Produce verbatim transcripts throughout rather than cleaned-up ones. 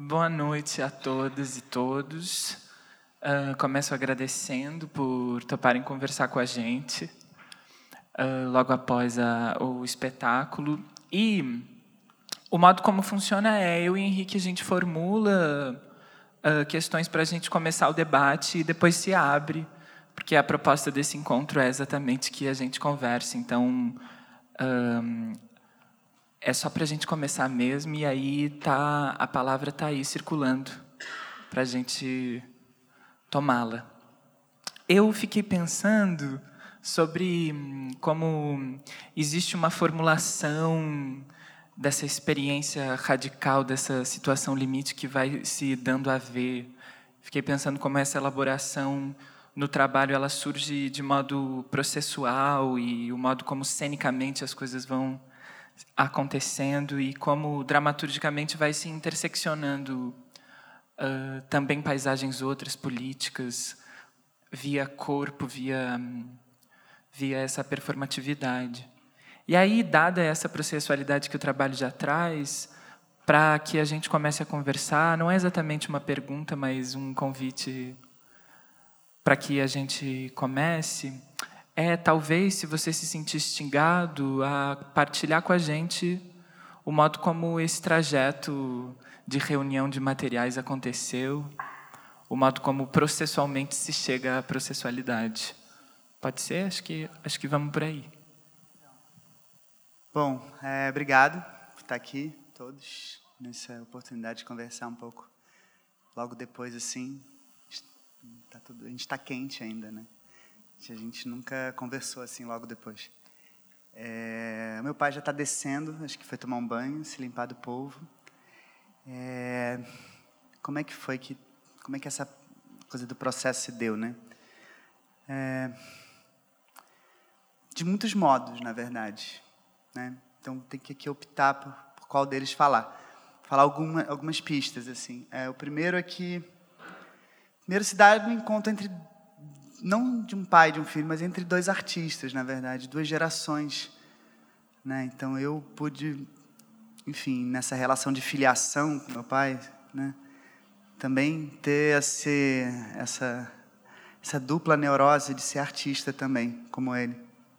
Boa noite a todas e todos. Uh, começo agradecendo por toparem conversar com a gente uh, logo após a, o espetáculo. E o modo como funciona é, eu e Henrique, a gente formula uh, questões para a gente começar o debate e depois se abre, porque a proposta desse encontro é exatamente que a gente converse. Então, um, é só para a gente começar mesmo, e aí tá, a palavra está aí circulando para a gente tomá-la. Eu fiquei pensando sobre como existe uma formulação dessa experiência radical, dessa situação limite que vai se dando a ver. Fiquei pensando como essa elaboração no trabalho ela surge de modo processual e o modo como cenicamente as coisas vão acontecendo e como dramaturgicamente vai se interseccionando uh, também paisagens outras, políticas, via corpo, via, via essa performatividade. E aí, dada essa processualidade que o trabalho já traz, para que a gente comece a conversar, não é exatamente uma pergunta, mas um convite para que a gente comece, é talvez, se você se sentir instigado, a partilhar com a gente o modo como esse trajeto de reunião de materiais aconteceu, o modo como processualmente se chega à processualidade. Pode ser? Acho que, acho que vamos por aí. Bom, é, obrigado por estar aqui, todos, nessa oportunidade de conversar um pouco. Logo depois, assim, tá tudo, a gente está quente ainda, né? A gente nunca conversou assim logo depois. É, meu pai já está descendo, acho que foi tomar um banho, se limpar do polvo. É, como é que foi que, como é que essa coisa do processo se deu, né? É, de muitos modos, na verdade, né? Então tem que aqui optar por, por qual deles falar. Falar alguma, algumas pistas assim. É, o primeiro é que primeiro se dá um encontro entre não de um pai e de um filho, mas entre dois artistas, na verdade, duas gerações, né? Então eu pude, enfim, nessa relação de filiação com meu pai, né, também ter esse, essa, essa dupla neurose de ser artista também, como ele.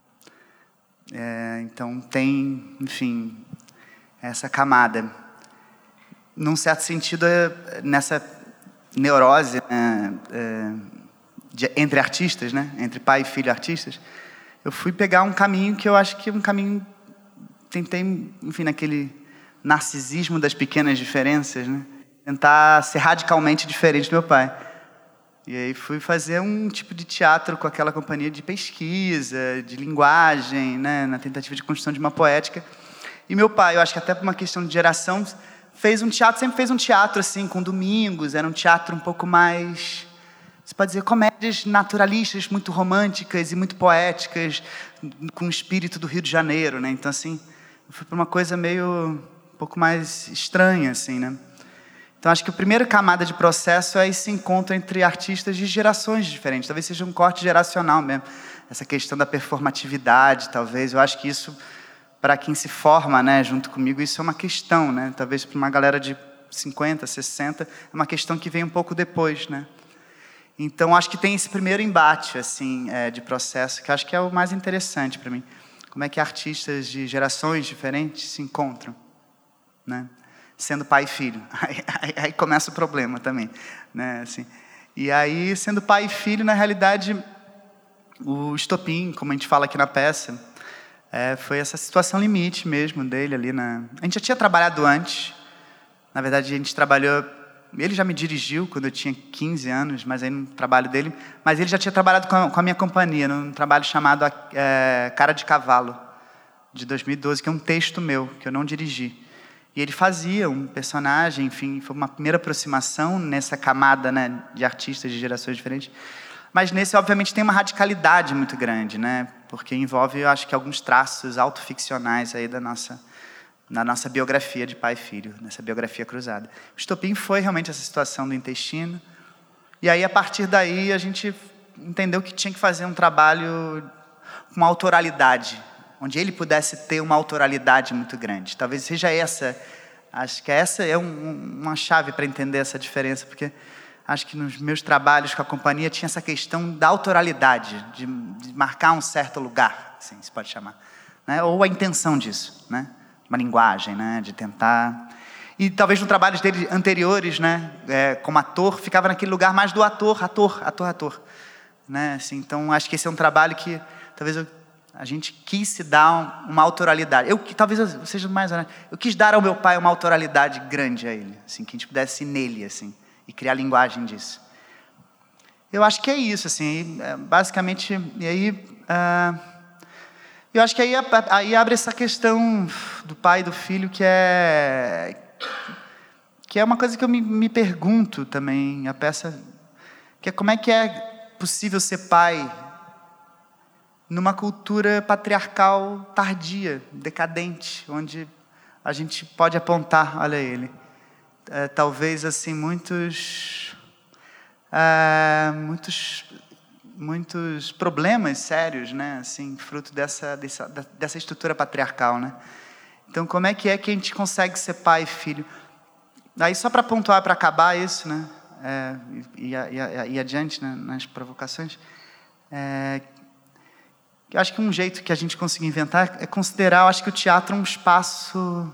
É, então tem, enfim, essa camada. Num certo sentido, nessa neurose, né, é, De, entre artistas, né? Entre pai e filho artistas, eu fui pegar um caminho que eu acho que é um caminho, tentei, enfim, naquele narcisismo das pequenas diferenças, né? Tentar ser radicalmente diferente do meu pai. E aí fui fazer um tipo de teatro com aquela companhia de pesquisa, de linguagem, né? Na tentativa de construção de uma poética. E meu pai, eu acho que até por uma questão de geração, fez um teatro, sempre fez um teatro assim, com domingos, era um teatro um pouco mais... Você pode dizer comédias naturalistas, muito românticas e muito poéticas, com o espírito do Rio de Janeiro, né? Então, assim, eu fui para uma coisa meio um pouco mais estranha, assim, né? Então, acho que a primeira camada de processo é esse encontro entre artistas de gerações diferentes. Talvez seja um corte geracional mesmo. Essa questão da performatividade, talvez. Eu acho que isso, para quem se forma, né, junto comigo, isso é uma questão, né? Talvez para uma galera de cinquenta, sessenta, é uma questão que vem um pouco depois, né? Então, acho que tem esse primeiro embate assim, é, de processo, que acho que é o mais interessante para mim. Como é que artistas de gerações diferentes se encontram, né? Sendo pai e filho. Aí, aí, aí começa o problema também, né? Assim, e aí, sendo pai e filho, na realidade, o estopim, como a gente fala aqui na peça, é, foi essa situação limite mesmo dele ali. Na... A gente já tinha trabalhado antes. Na verdade, a gente trabalhou... Ele já me dirigiu quando eu tinha quinze anos, mas aí no trabalho dele... Mas ele já tinha trabalhado com a, com a minha companhia, num trabalho chamado é, Cara de Cavalo, de dois mil e doze, que é um texto meu, que eu não dirigi. E ele fazia um personagem, enfim, foi uma primeira aproximação nessa camada, né, de artistas de gerações diferentes. Mas nesse, obviamente, tem uma radicalidade muito grande, né? Porque envolve, eu acho que, alguns traços autoficcionais aí da nossa... na nossa biografia de pai e filho, nessa biografia cruzada. O estopim foi realmente essa situação do intestino. E aí, a partir daí, a gente entendeu que tinha que fazer um trabalho com autoralidade, onde ele pudesse ter uma autoralidade muito grande. Talvez seja essa Acho que essa é um, uma chave para entender essa diferença, porque acho que nos meus trabalhos com a companhia tinha essa questão da autoralidade, de, de marcar um certo lugar, assim se pode chamar, né? Ou a intenção disso, né? Uma linguagem, né? De tentar... E talvez no trabalhos dele anteriores, né? É, como ator, ficava naquele lugar mais do ator, ator, ator, ator, né? Assim, então acho que esse é um trabalho que talvez eu, a gente quis se dar uma autoralidade. Eu talvez eu seja mais, né? Eu quis dar ao meu pai uma autoralidade grande a ele, assim, que a gente pudesse ir nele, assim, e criar a linguagem disso. Eu acho que é isso, assim, basicamente. E aí, ah, eu acho que aí, aí abre essa questão do pai e do filho, que é que é uma coisa que eu me, me pergunto também, a peça, que é como é que é possível ser pai numa cultura patriarcal tardia, decadente, onde a gente pode apontar, olha ele, é, talvez assim muitos, é, muitos, muitos problemas sérios, né, assim, fruto dessa, dessa, dessa estrutura patriarcal, né? Então, como é que é que a gente consegue ser pai e filho? Aí, só para pontuar, para acabar isso, né, é, e, e, e adiante, né, nas provocações, é, eu acho que um jeito que a gente conseguiu inventar é considerar, eu acho que o teatro é um espaço,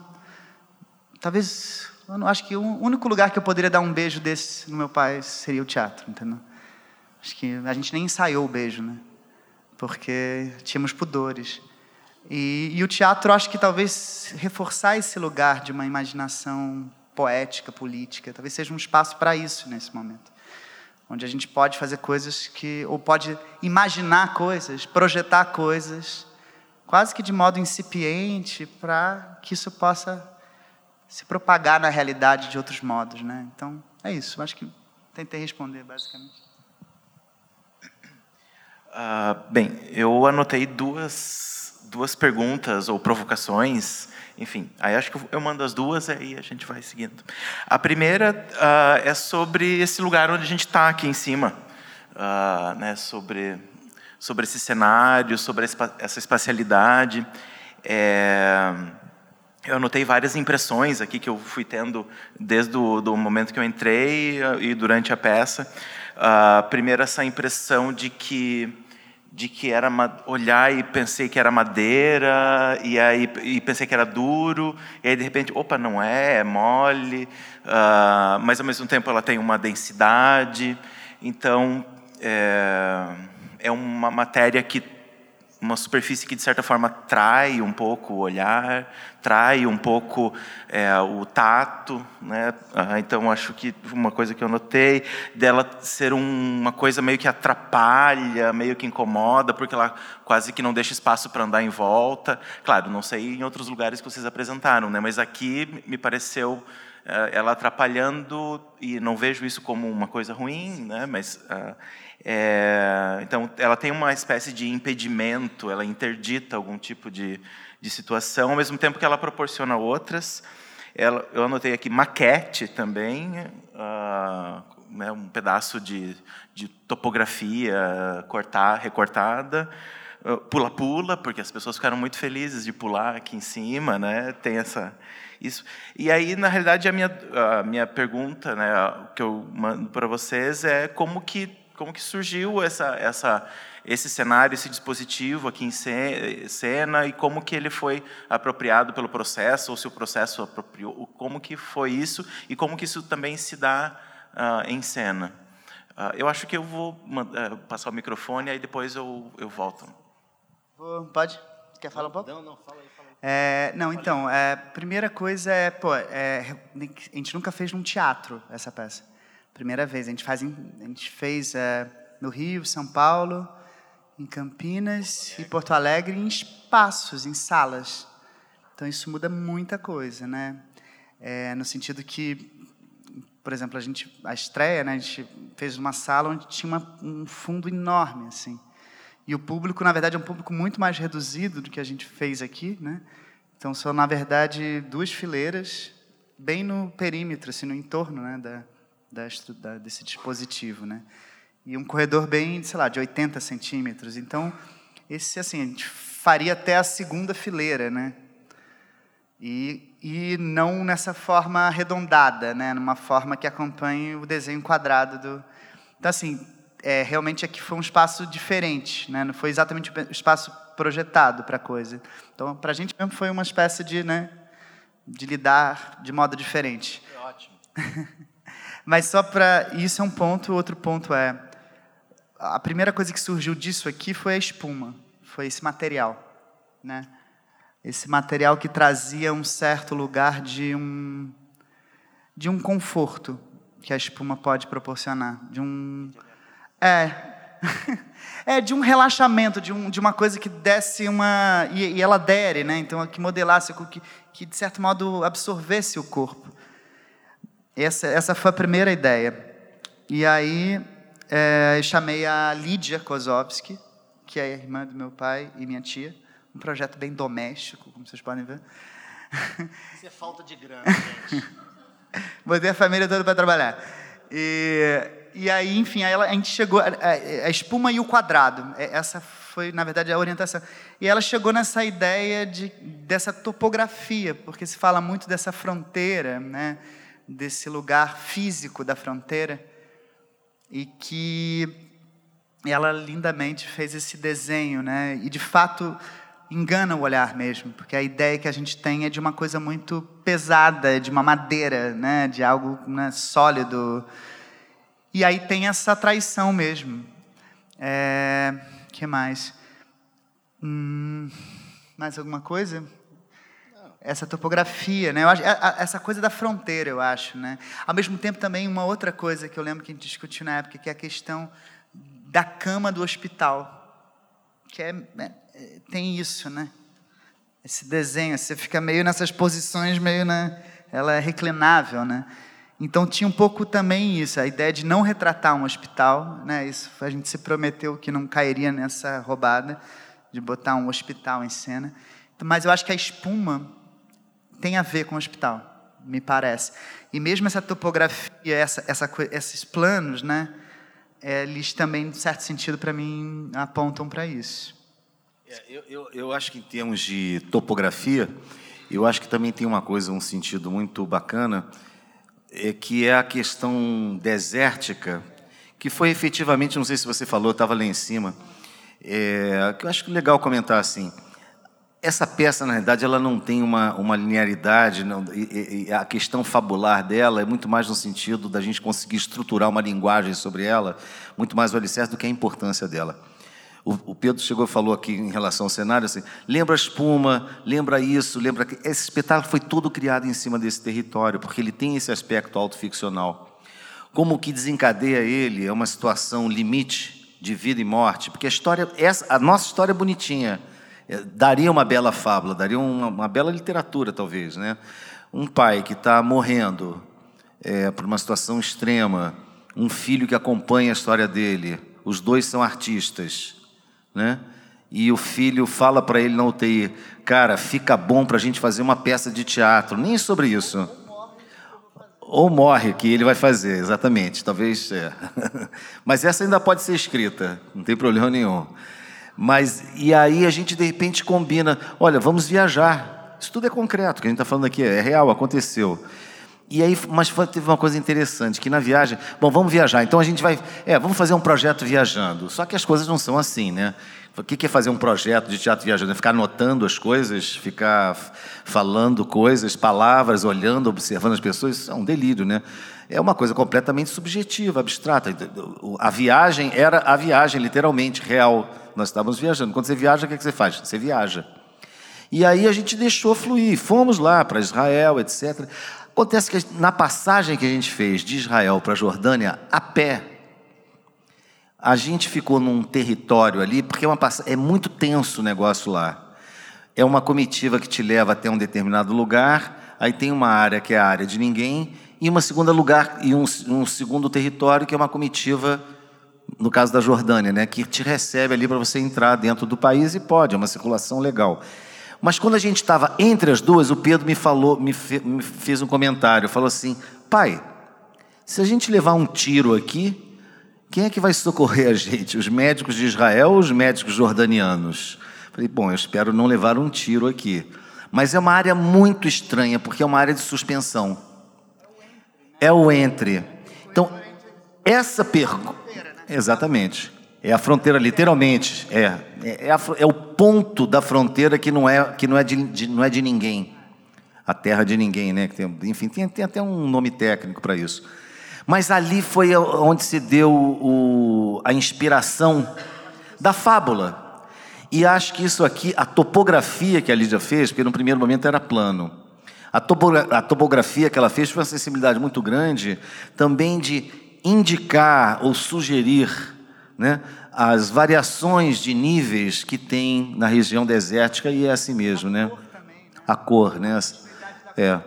talvez, eu não, acho que o único lugar que eu poderia dar um beijo desse no meu pai seria o teatro, entendeu? Acho que a gente nem ensaiou o beijo, né? Porque tínhamos pudores. E, e o teatro, acho que talvez reforçar esse lugar de uma imaginação poética, política, talvez seja um espaço para isso nesse momento. Onde a gente pode fazer coisas que... Ou pode imaginar coisas, projetar coisas, quase que de modo incipiente, para que isso possa se propagar na realidade de outros modos, né? Então, é isso. Acho que tentei responder, basicamente. Uh, bem, eu anotei duas, duas perguntas ou provocações. Enfim, aí acho que eu mando as duas, aí a gente vai seguindo. A primeira uh, é sobre esse lugar onde a gente está aqui em cima, uh, né, sobre, sobre esse cenário, sobre essa espacialidade. É, eu anotei várias impressões aqui que eu fui tendo desde o do momento que eu entrei e durante a peça. Uh, primeiro, essa impressão de que de que era olhar e pensei que era madeira, e aí e pensei que era duro, e aí de repente, opa, não é, é mole, uh, mas ao mesmo tempo ela tem uma densidade, então é, é uma matéria que, uma superfície que de certa forma trai um pouco o olhar, trai um pouco é, o tato, né? Ah, então acho que uma coisa que eu notei dela ser um, uma coisa meio que atrapalha, meio que incomoda, porque ela quase que não deixa espaço para andar em volta. Claro, não sei em outros lugares que vocês apresentaram, né? Mas aqui me pareceu é, ela atrapalhando, e não vejo isso como uma coisa ruim, né? Mas ah, É, então, ela tem uma espécie de impedimento, ela interdita algum tipo de, de situação, ao mesmo tempo que ela proporciona outras. Ela, eu anotei aqui maquete também, uh, né, um pedaço de, de topografia cortar, recortada, pula-pula, uh, porque as pessoas ficaram muito felizes de pular aqui em cima, né, tem essa... Isso. E aí, na realidade, a minha, a minha pergunta, né, que eu mando para vocês é como que Como que surgiu essa, essa, esse cenário, esse dispositivo aqui em cena, e como que ele foi apropriado pelo processo, ou se o processo apropriou, como que foi isso, e como que isso também se dá uh, em cena. Uh, eu acho que eu vou uh, passar o microfone, aí depois eu, eu volto. Pode? Quer falar um pouco? Não, não, fala aí. Fala aí. É, não, então, a é, primeira coisa é, pô, é, a gente nunca fez num teatro essa peça. Primeira vez, a gente, faz em, a gente fez é, no Rio, São Paulo, em Campinas e Porto Alegre, em espaços, em salas. Então, isso muda muita coisa, né? É, no sentido que, por exemplo, a, gente, a estreia, né, a gente fez uma sala onde tinha uma, um fundo enorme, assim. E o público, na verdade, é um público muito mais reduzido do que a gente fez aqui, né? Então, são, na verdade, duas fileiras, bem no perímetro, assim, no entorno, né, da... Da, da, desse dispositivo, né? E um corredor bem, sei lá, de oitenta centímetros. Então, esse, assim, a gente faria até a segunda fileira, né? E, e não nessa forma arredondada, né? Numa forma que acompanhe o desenho quadrado do... Então, assim, é, realmente aqui foi um espaço diferente, né? Não foi exatamente o espaço projetado para a coisa. Então, para a gente mesmo foi uma espécie de, né, de lidar de modo diferente. É ótimo. Mas só para... Isso é um ponto. Outro ponto é... A primeira coisa que surgiu disso aqui foi a espuma. Foi esse material, né? Esse material que trazia um certo lugar de um, de um conforto que a espuma pode proporcionar. De um... É... É, de um relaxamento, de, um, de uma coisa que desse uma... E, e ela adere, né? Então, que modelasse, que, que, de certo modo, absorvesse o corpo. Essa, essa foi a primeira ideia. E aí, é, eu chamei a Lídia Kozovski, que é a irmã do meu pai e minha tia. Um projeto bem doméstico, como vocês podem ver. Isso é falta de grana, gente. Botei a família toda para trabalhar. E... E aí, enfim, aí ela, a gente chegou... A, a espuma e o quadrado. Essa foi, na verdade, a orientação. E ela chegou nessa ideia de, dessa topografia, porque se fala muito dessa fronteira, né? Desse lugar físico da fronteira. E que ela lindamente fez esse desenho, né? E, de fato, engana o olhar mesmo, porque a ideia que a gente tem é de uma coisa muito pesada, de uma madeira, né? De algo, né, sólido... E aí tem essa traição mesmo. É, que mais? Hum, mais alguma coisa? Essa topografia, né? Eu acho, essa coisa da fronteira, eu acho, né? Ao mesmo tempo, também, uma outra coisa que eu lembro que a gente discutiu na época, que é a questão da cama do hospital. Que é, é, tem isso, né? Esse desenho, você fica meio nessas posições, meio, né? Ela é reclinável, né? Então, tinha um pouco também isso, a ideia de não retratar um hospital, né? Isso, a gente se prometeu que não cairia nessa roubada de botar um hospital em cena. Mas eu acho que a espuma tem a ver com o hospital, me parece. E mesmo essa topografia, essa, essa, esses planos, né? Eles também, de certo sentido, para mim, apontam para isso. É, eu, eu, eu acho que, em termos de topografia, eu acho que também tem uma coisa, um sentido muito bacana, é que é a questão desértica, que foi efetivamente, não sei se você falou, estava lá em cima, é, que eu acho legal comentar assim, essa peça, na realidade, ela não tem uma, uma linearidade, não, e, e a questão fabular dela é muito mais no sentido da gente conseguir estruturar uma linguagem sobre ela, muito mais o alicerce do que a importância dela. O, o Pedro chegou e falou aqui em relação ao cenário, assim, lembra a espuma, lembra isso, lembra... Esse espetáculo foi todo criado em cima desse território, porque ele tem esse aspecto autoficcional. Como o que desencadeia ele é uma situação limite de vida e morte, porque a história, essa, a nossa história é bonitinha, é, daria uma bela fábula, daria uma, uma bela literatura, talvez, né? Um pai que está morrendo é, por uma situação extrema, um filho que acompanha a história dele, os dois são artistas, né? E o filho fala para ele na U T I, cara, fica bom para a gente fazer uma peça de teatro, nem sobre isso. Ou morre, que ele vai fazer, exatamente, talvez, é. Mas essa ainda pode ser escrita, não tem problema nenhum. Mas, e aí a gente de repente combina, olha, vamos viajar, isso tudo é concreto, o que a gente está falando aqui é real, aconteceu. E aí, mas teve uma coisa interessante, que na viagem... Bom, vamos viajar, então a gente vai... É, vamos fazer um projeto viajando. Só que as coisas não são assim, né? O que é fazer um projeto de teatro viajando? É ficar anotando as coisas, ficar falando coisas, palavras, olhando, observando as pessoas? Isso é um delírio, né? É uma coisa completamente subjetiva, abstrata. A viagem era a viagem, literalmente, real. Nós estávamos viajando. Quando você viaja, o que é que você faz? Você viaja. E aí a gente deixou fluir. Fomos lá para Israel, etcétera. Acontece que na passagem que a gente fez de Israel para a Jordânia, a pé, a gente ficou num território ali, porque é, uma pass... é muito tenso o negócio lá. É uma comitiva que te leva até um determinado lugar, aí tem uma área que é a área de ninguém, e uma segunda lugar e um, um segundo território que é uma comitiva, no caso da Jordânia, né, que te recebe ali para você entrar dentro do país e pode, é uma circulação legal. Mas quando a gente estava entre as duas, o Pedro me falou, me, fe, me fez um comentário, falou assim, pai, se a gente levar um tiro aqui, quem é que vai socorrer a gente? Os médicos de Israel ou os médicos jordanianos? Falei, bom, eu espero não levar um tiro aqui. Mas é uma área muito estranha, porque é uma área de suspensão. É o entre. Então, essa pergunta... Exatamente. É a fronteira, literalmente. É, é, é, a, é o ponto da fronteira que não é, que não é, de, de, não é de ninguém. A terra de ninguém, né? Enfim, tem, tem até um nome técnico para isso. Mas ali foi onde se deu o, a inspiração da fábula. E acho que isso aqui, a topografia que a Lídia fez, porque no primeiro momento era plano, a, topogra, a topografia que ela fez foi uma sensibilidade muito grande, também de indicar ou sugerir, né, as variações de níveis que tem na região desértica, e é assim mesmo, né? A cor, né? É.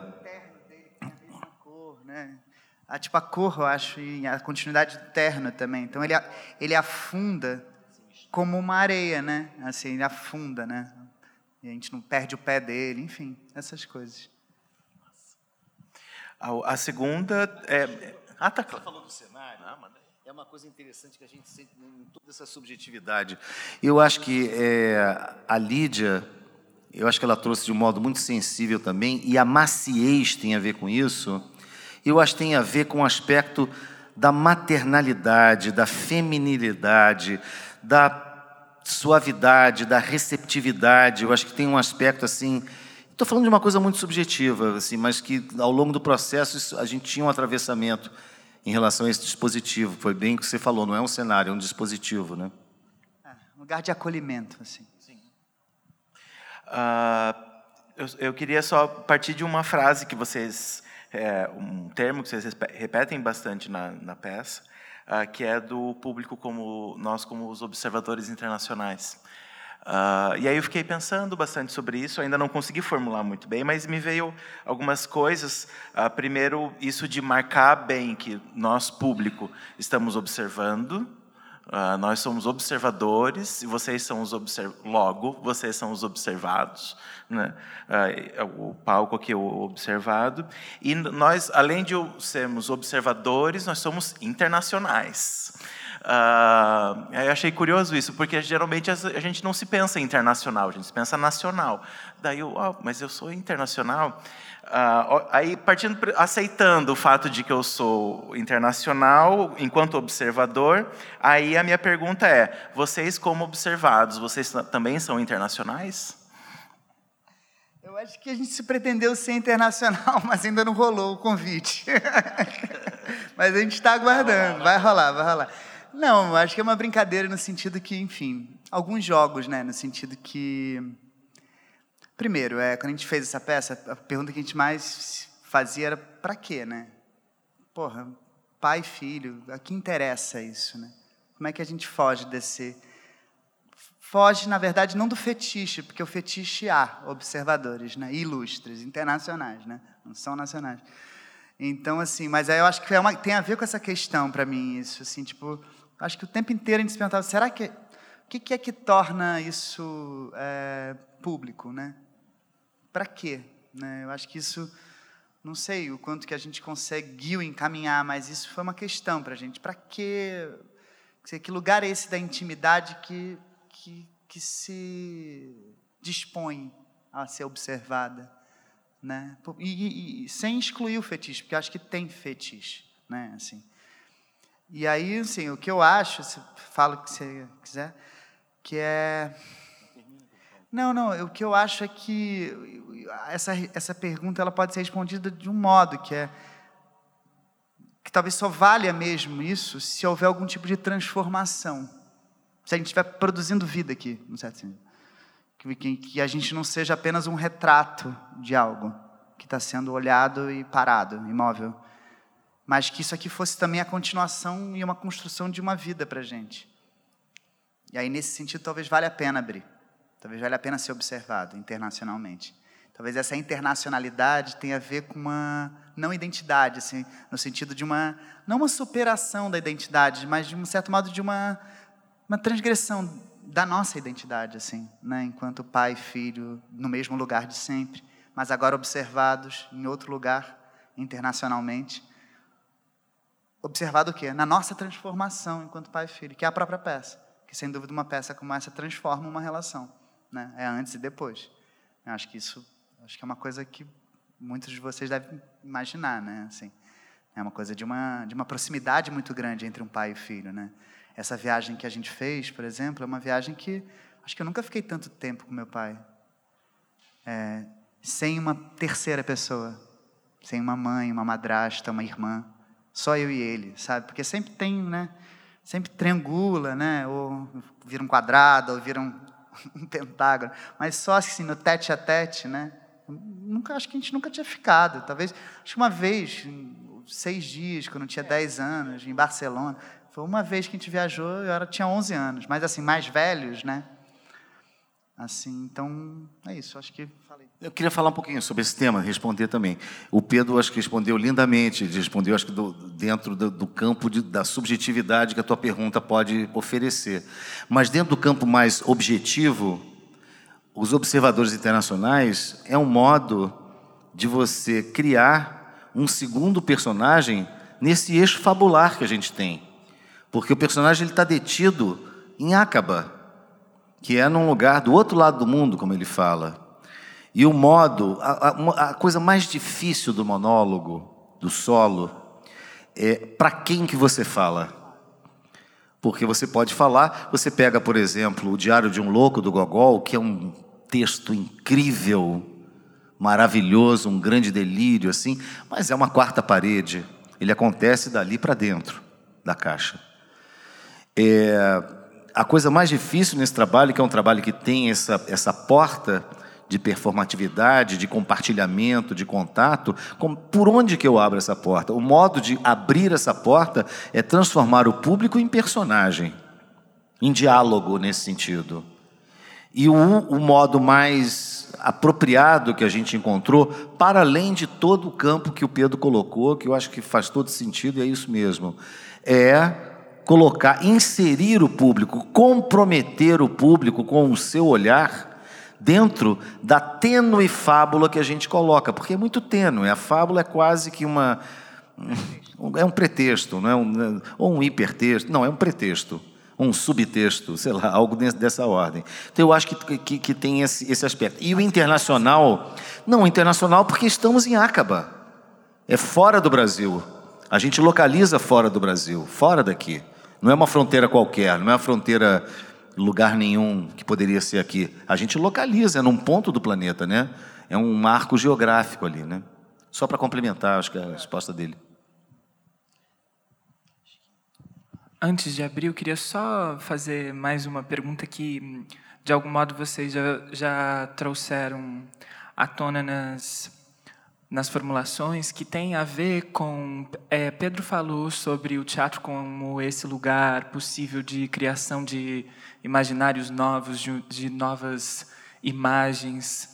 A, tipo, a cor, eu acho, e a continuidade do terno também. Então, ele, ele afunda como uma areia, né? Assim, ele afunda, né? E a gente não perde o pé dele, enfim, essas coisas. A, a segunda é... Ah, tá claro. Você falou do cenário, é uma coisa interessante que a gente sente em toda essa subjetividade. Eu acho que é, a Lídia, eu acho que ela trouxe de um modo muito sensível também, e a maciez tem a ver com isso. Eu acho que tem a ver com o aspecto da maternalidade, da feminilidade, da suavidade, da receptividade. Eu acho que tem um aspecto assim... Estou falando de uma coisa muito subjetiva, assim, mas que ao longo do processo a gente tinha um atravessamento em relação a esse dispositivo. Foi bem o que você falou, não é um cenário, é um dispositivo, né? É, um lugar de acolhimento, assim. Sim. Uh, eu, eu queria só partir de uma frase que vocês... É um termo que vocês repetem bastante na, na peça, uh, que é do público como nós, como os observadores internacionais. Uh, e aí eu fiquei pensando bastante sobre isso, ainda não consegui formular muito bem, mas me veio algumas coisas. Uh, primeiro, isso de marcar bem que nós, público, estamos observando, uh, nós somos observadores, e vocês são os observ... logo, vocês são os observados, né? Uh, o palco aqui é o observado, e nós, além de sermos observadores, nós somos internacionais. Uh, eu achei curioso isso, porque geralmente a gente não se pensa internacional, a gente se pensa nacional. Daí eu, oh, mas eu sou internacional. Uh, aí, partindo, aceitando o fato de que eu sou internacional, enquanto observador, aí a minha pergunta é, vocês como observados, vocês também são internacionais? Eu acho que a gente se pretendeu ser internacional, mas ainda não rolou o convite. Mas a gente está aguardando, vai rolar, vai rolar. Não, acho que é uma brincadeira no sentido que, enfim, alguns jogos, né, no sentido que... Primeiro, é, quando a gente fez essa peça, a pergunta que a gente mais fazia era para quê, né? Porra, pai e filho, a que interessa isso, né? Como é que a gente foge desse... Foge, na verdade, não do fetiche, porque o fetiche há observadores, né, ilustres, internacionais, né, não são nacionais. Então, assim, mas aí eu acho que é uma, tem a ver com essa questão para mim, isso, assim, tipo, acho que o tempo inteiro a gente se perguntava, será que, o que, que é que torna isso é, público, né? Para quê? Né? Eu acho que isso, não sei o quanto que a gente conseguiu encaminhar, mas isso foi uma questão para a gente. Para quê? Que lugar é esse da intimidade que, que, que se dispõe a ser observada? Né? E, e, e sem excluir o fetiche, porque eu acho que tem fetiche, né? Assim. E aí, assim, o que eu acho, se fala o que você quiser, que é... Não, não, o que eu acho é que essa, essa pergunta ela pode ser respondida de um modo, que é que talvez só valha mesmo isso se houver algum tipo de transformação. Se a gente estiver produzindo vida aqui, no certo sentido. Que, que a gente não seja apenas um retrato de algo que está sendo olhado e parado, imóvel, mas que isso aqui fosse também a continuação e uma construção de uma vida para a gente. E aí, nesse sentido, talvez valha a pena abrir, talvez valha a pena ser observado internacionalmente. Talvez essa internacionalidade tenha a ver com uma não identidade, assim, no sentido de uma, não uma superação da identidade, mas de um certo modo de uma, uma transgressão da nossa identidade, assim, né? Enquanto pai e filho no mesmo lugar de sempre, mas agora observados em outro lugar, internacionalmente. Observado o quê? Na nossa transformação enquanto pai e filho, que é a própria peça, que sem dúvida uma peça como essa transforma uma relação, né? É antes e depois. Eu acho que isso Acho que é uma coisa que muitos de vocês devem imaginar, né? Assim, é uma coisa de uma, de uma proximidade muito grande entre um pai e filho, né? Essa viagem que a gente fez, por exemplo, é uma viagem que acho que eu nunca fiquei tanto tempo com meu pai. É, sem uma terceira pessoa, sem uma mãe, uma madrasta, uma irmã, só eu e ele, sabe? Porque sempre tem, né? Sempre triangula, né? Ou vira um quadrado, ou vira um, um pentágono, mas só assim no tete a tete, né? Nunca, acho que a gente nunca tinha ficado. Talvez, acho que uma vez, seis dias, quando eu tinha dez anos, em Barcelona, foi uma vez que a gente viajou, eu era, tinha onze anos, mas assim, mais velhos, né? Assim, então, é isso, acho que falei. Eu queria falar um pouquinho sobre esse tema, responder também. O Pedro, acho que respondeu lindamente, ele respondeu, acho que do, dentro do, do campo de, da subjetividade que a tua pergunta pode oferecer. Mas dentro do campo mais objetivo, os observadores internacionais é um modo de você criar um segundo personagem nesse eixo fabular que a gente tem. Porque o personagem está detido em Aqaba, que é num lugar do outro lado do mundo, como ele fala. E o modo, a, a, a coisa mais difícil do monólogo, do solo, é para quem que você fala. Porque você pode falar, você pega, por exemplo, o Diário de um Louco, do Gogol, que é um texto incrível, maravilhoso, um grande delírio, assim, mas é uma quarta parede. Ele acontece dali para dentro da caixa. É... A coisa mais difícil nesse trabalho, que é um trabalho que tem essa, essa porta de performatividade, de compartilhamento, de contato, como, por onde que eu abro essa porta? O modo de abrir essa porta é transformar o público em personagem, em diálogo nesse sentido. E o, o modo mais apropriado que a gente encontrou, para além de todo o campo que o Pedro colocou, que eu acho que faz todo sentido, e é isso mesmo, é colocar, inserir o público, comprometer o público com o seu olhar dentro da tênue fábula que a gente coloca, porque é muito tênue, a fábula é quase que uma... é um pretexto, não é um, ou um hipertexto, não, é um pretexto, um subtexto, sei lá, algo dessa ordem. Então eu acho que, que, que tem esse, esse aspecto. E o internacional, não, o internacional porque estamos em Aqaba, é fora do Brasil, a gente localiza fora do Brasil, fora daqui. Não é uma fronteira qualquer, não é uma fronteira lugar nenhum que poderia ser aqui. A gente localiza, é num ponto do planeta, né? É um marco geográfico ali, né? Só para complementar, acho que é a resposta dele. Antes de abrir, eu queria só fazer mais uma pergunta que, de algum modo, vocês já, já trouxeram à tona nas... nas formulações, que tem a ver com... É, Pedro falou sobre o teatro como esse lugar possível de criação de imaginários novos, de, de novas imagens.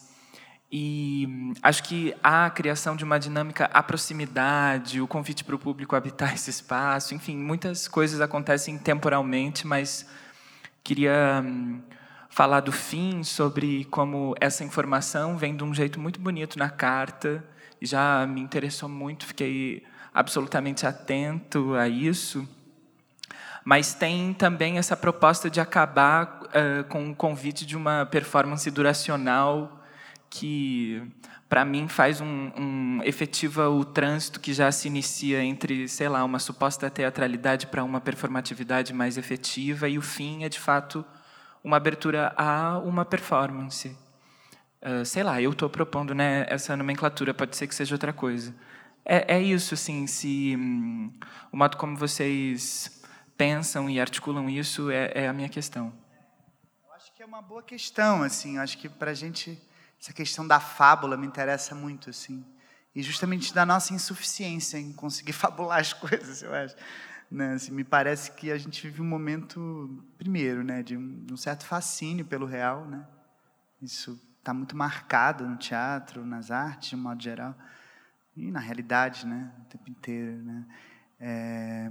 E acho que a criação de uma dinâmica, a proximidade, o convite para o público habitar esse espaço, enfim, muitas coisas acontecem temporalmente, mas queria... falar do fim, sobre como essa informação vem de um jeito muito bonito na carta, já me interessou muito, fiquei absolutamente atento a isso, mas tem também essa proposta de acabar uh, com o convite de uma performance duracional que, para mim, faz um, um efetiva o trânsito que já se inicia entre, sei lá, uma suposta teatralidade para uma performatividade mais efetiva, e o fim é, de fato, uma abertura a uma performance. Uh, sei lá, eu estou propondo, né, essa nomenclatura, pode ser que seja outra coisa. É, é isso, assim, se hum, o modo como vocês pensam e articulam isso é, é a minha questão. Eu acho que é uma boa questão, assim, eu acho que para a gente, essa questão da fábula me interessa muito, assim, e justamente da nossa insuficiência em conseguir fabular as coisas, eu acho. Né, assim, me parece que a gente vive um momento, primeiro, né, de um, de um certo fascínio pelo real, né? Isso está muito marcado no teatro, nas artes, de um modo geral, e na realidade, né, o tempo inteiro, né? É,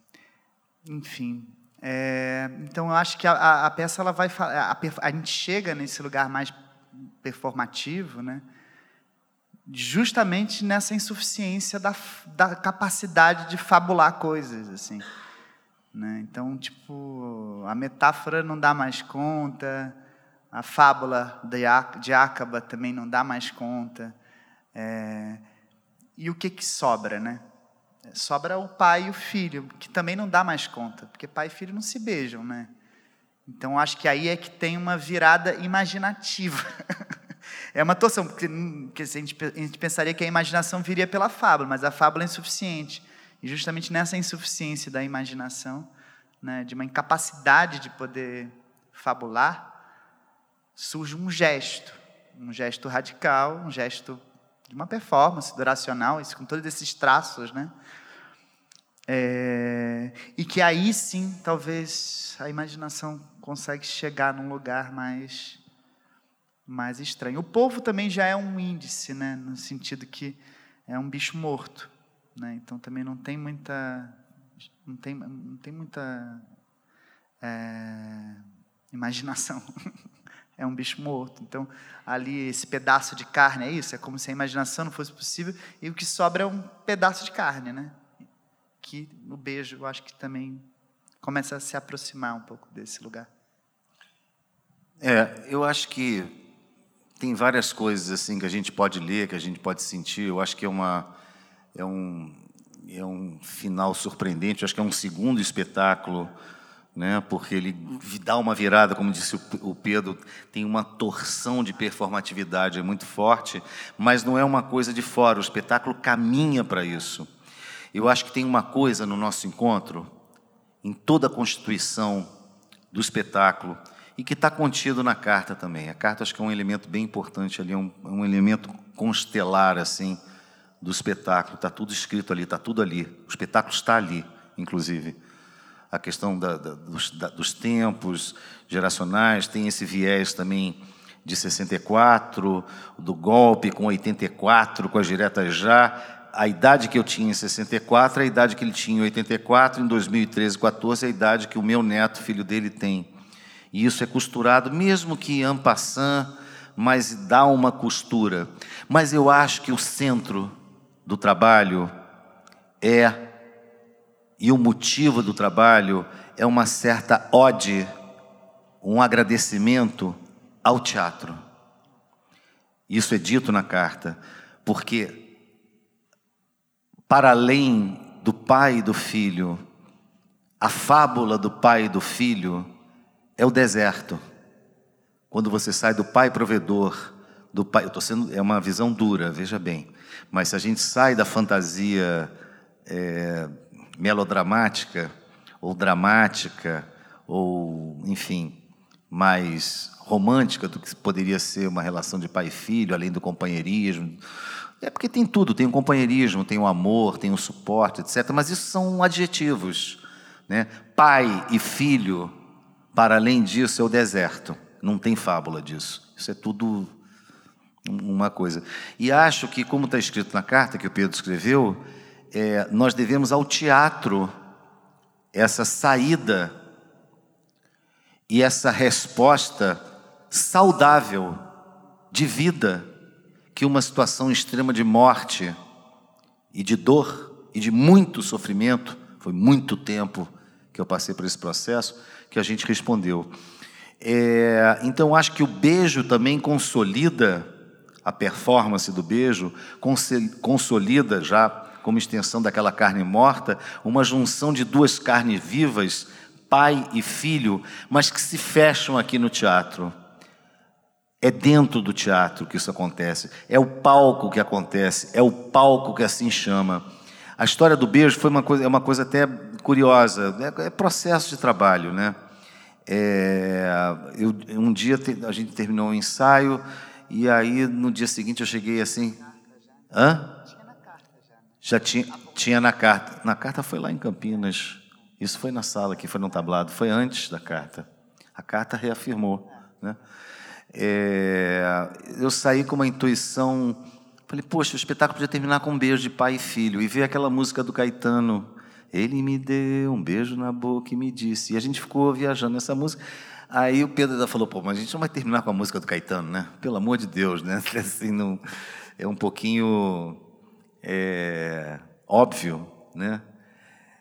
enfim, é, então eu acho que a, a peça ela vai, a, a gente chega nesse lugar mais performativo, né? Justamente nessa insuficiência da, da capacidade de fabular coisas, assim, né? Então, tipo, a metáfora não dá mais conta, A fábula de Acaba também não dá mais conta. É, e o que, que sobra, né? Sobra o pai e o filho, que também não dá mais conta, porque pai e filho não se beijam, né? Então, acho que aí é que tem uma virada imaginativa. É uma torção, porque, porque a, gente, a gente pensaria que a imaginação viria pela fábula, mas a fábula é insuficiente. E justamente nessa insuficiência da imaginação, né, de uma incapacidade de poder fabular, surge um gesto, um gesto radical, um gesto de uma performance duracional, isso, com todos esses traços, né? É, e que aí sim, talvez, a imaginação consegue chegar num lugar mais, mais estranho. O povo também já é um índice, né? No sentido que é um bicho morto, né? Então também não tem muita, não tem, não tem muita é, imaginação. É um bicho morto. Então, ali, esse pedaço de carne, é isso? É como se a imaginação não fosse possível, e o que sobra é um pedaço de carne, né? Que no beijo, eu acho que também começa a se aproximar um pouco desse lugar. É, eu acho que tem várias coisas assim que a gente pode ler, que a gente pode sentir. Eu acho que é, uma, é, um, é um final surpreendente. Eu acho que é um segundo espetáculo, né, porque ele dá uma virada, como disse o Pedro, tem uma torção de performatividade, é muito forte, mas não é uma coisa de fora, o espetáculo caminha para isso. Eu acho que tem uma coisa no nosso encontro, em toda a constituição do espetáculo, e que está contido na carta também. A carta acho que é um elemento bem importante ali, é um, um elemento constelar assim, do espetáculo, está tudo escrito ali, está tudo ali, o espetáculo está ali, inclusive. A questão da, da, dos, da, dos tempos geracionais, tem esse viés também de sessenta e quatro, do golpe com oitenta e quatro, com as diretas já. A idade que eu tinha em sessenta e quatro, a idade que ele tinha em oitenta e quatro, em dois mil e treze, quatorze, a idade que o meu neto, filho dele, tem. E isso é costurado, mesmo que en passant, mas dá uma costura. Mas eu acho que o centro do trabalho é... E o motivo do trabalho é uma certa ode, um agradecimento ao teatro. Isso é dito na carta, porque, para além do pai e do filho, a fábula do pai e do filho é o deserto. Quando você sai do pai provedor, do pai, eu tô sendo, é uma visão dura, veja bem, mas se a gente sai da fantasia é, melodramática, ou dramática, ou, enfim, mais romântica do que poderia ser uma relação de pai e filho, além do companheirismo. É porque tem tudo, tem o companheirismo, tem o amor, tem o suporte, etcétera. Mas isso são adjetivos, né? Pai e filho, para além disso, é o deserto. Não tem fábula disso. Isso é tudo uma coisa. E acho que, como está escrito na carta que o Pedro escreveu, É, nós devemos ao teatro essa saída e essa resposta saudável de vida que uma situação extrema de morte e de dor e de muito sofrimento, foi muito tempo que eu passei por esse processo, que a gente respondeu. É, então, acho que o beijo também consolida, a performance do beijo consolida já, como extensão daquela carne morta, uma junção de duas carnes vivas, pai e filho, mas que se fecham aqui no teatro. É dentro do teatro que isso acontece, é o palco que acontece, é o palco que assim chama. A história do beijo foi uma coisa, é uma coisa até curiosa, é, é processo de trabalho, né? É, eu, um dia a gente terminou o ensaio, e aí no dia seguinte eu cheguei assim... Hã? Já tinha, tinha na carta. Na carta foi lá em Campinas. Isso foi na sala, que foi no tablado. Foi antes da carta. A carta reafirmou, né? É, eu saí com uma intuição... Falei, poxa, o espetáculo podia terminar com um beijo de pai e filho. E veio aquela música do Caetano. Ele me deu um beijo na boca e me disse. E a gente ficou viajando nessa música. Aí o Pedro ainda falou, pô, mas a gente não vai terminar com a música do Caetano, né? Pelo amor de Deus, né? Assim, não, é um pouquinho... É, óbvio, né?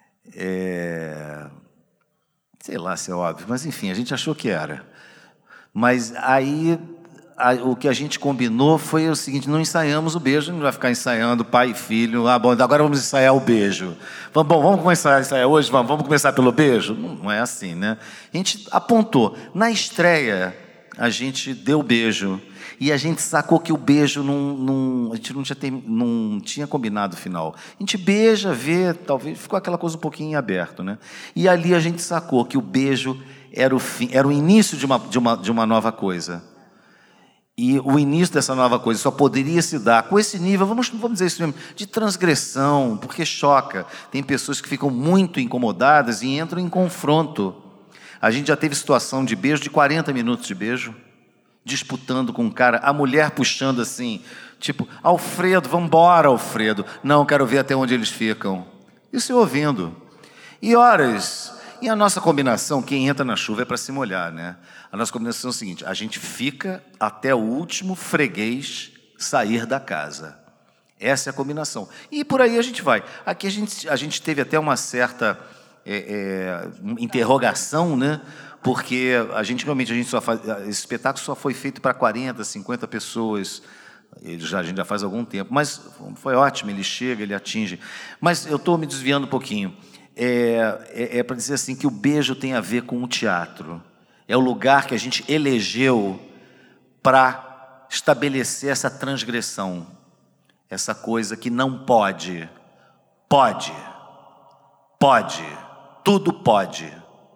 É, sei lá se é óbvio, mas enfim, a gente achou que era. Mas aí a, o que a gente combinou foi o seguinte: não ensaiamos o beijo, não vai ficar ensaiando pai e filho. Ah, bom, agora vamos ensaiar o beijo. Vamos, bom, vamos começar a ensaiar hoje? Vamos, vamos começar pelo beijo? Não, não é assim, né? A gente apontou. Na estreia, a gente deu o beijo. E a gente sacou que o beijo não, não, a gente não tinha, term, não tinha combinado o final. A gente beija, vê, talvez ficou aquela coisa um pouquinho em aberto, né? E ali a gente sacou que o beijo era o fim, era o início de uma, de uma, de uma nova coisa. E o início dessa nova coisa só poderia se dar com esse nível, vamos, vamos dizer isso mesmo, de transgressão, porque choca. Tem pessoas que ficam muito incomodadas e entram em confronto. A gente já teve situação de beijo, de quarenta minutos de beijo, disputando com um cara, a mulher puxando assim, tipo, Alfredo, vamos embora, Alfredo. Não, quero ver até onde eles ficam. Isso eu ouvindo. E horas. E a nossa combinação, quem entra na chuva é para se molhar, né? A nossa combinação é o seguinte: a gente fica até o último freguês sair da casa. Essa é a combinação. E por aí a gente vai. Aqui a gente, a gente teve até uma certa é, é, interrogação, né? Porque a gente realmente, a gente só faz, esse espetáculo só foi feito para quarenta, cinquenta pessoas. Ele já, a gente já faz algum tempo. Mas foi ótimo, ele chega, ele atinge. Mas eu estou me desviando um pouquinho. É, é, é para dizer assim que o beijo tem a ver com o teatro. É o lugar que a gente elegeu para estabelecer essa transgressão, essa coisa que não pode, pode, pode, tudo pode.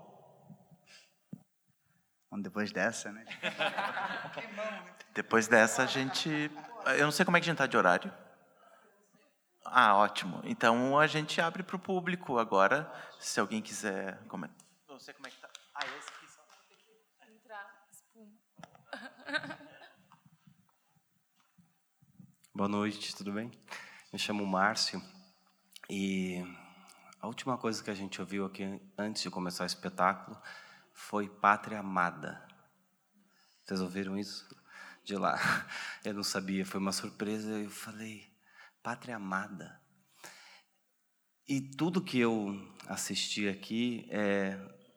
Bom, depois dessa, né? Depois dessa a gente... Eu não sei como é que a gente está de horário. Ah, ótimo. Então a gente abre para o público agora, se alguém quiser comentar. Não sei como é que está. Ah, esse aqui só tem que entrar espuma. Boa noite, tudo bem? Me chamo Márcio e a última coisa que a gente ouviu aqui antes de começar o espetáculo foi Pátria Amada. Vocês ouviram isso? De lá. Eu não sabia, foi uma surpresa. Eu falei, Pátria Amada. E tudo que eu assisti aqui é,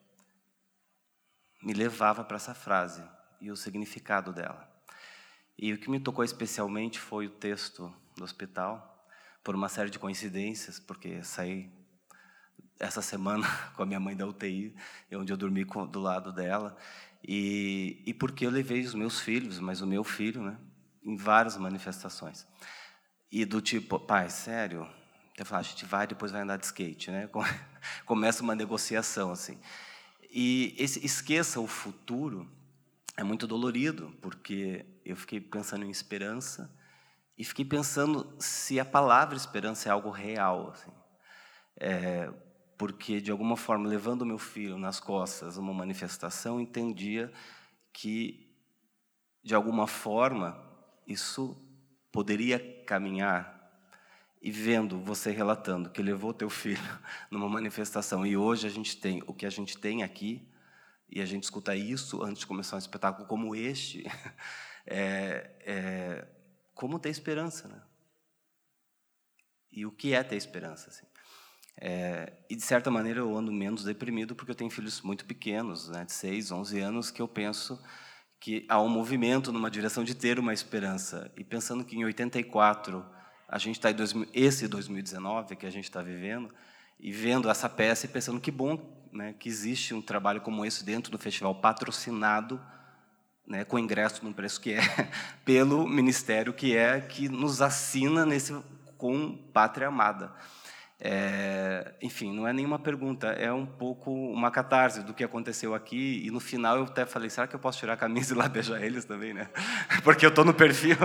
me levava para essa frase e o significado dela. E o que me tocou especialmente foi o texto do hospital, por uma série de coincidências, porque saí essa semana com a minha mãe da U T I, onde eu dormi do lado dela, e, e porque eu levei os meus filhos, mas o meu filho, né, em várias manifestações. E do tipo, pai, sério? Eu falei, a gente vai, depois vai andar de skate, né? Começa uma negociação, assim. E esse esqueça o futuro é muito dolorido, porque eu fiquei pensando em esperança e fiquei pensando se a palavra esperança é algo real, assim. É, porque, de alguma forma, levando o meu filho nas costas uma manifestação, entendia que, de alguma forma, isso poderia caminhar. E vendo você relatando que levou teu filho numa manifestação, e hoje a gente tem o que a gente tem aqui, e a gente escuta isso antes de começar um espetáculo como este, é, é, como ter esperança, né? E o que é ter esperança, assim? É, e, de certa maneira, eu ando menos deprimido porque eu tenho filhos muito pequenos, né, de seis, onze anos, que eu penso que há um movimento numa direção de ter uma esperança. E pensando que em oitenta e quatro, a gente está em dois mil, esse dois mil e dezenove que a gente está vivendo, e vendo essa peça e pensando que bom, né, que existe um trabalho como esse dentro do festival, patrocinado, né, com ingresso num preço que é, pelo Ministério, que é, que nos assina nesse, com Pátria Amada. É, enfim, não é nenhuma pergunta, é um pouco uma catarse do que aconteceu aqui, e no final eu até falei, será que eu posso tirar a camisa e lá beijar eles também, né? Porque eu estou no perfil.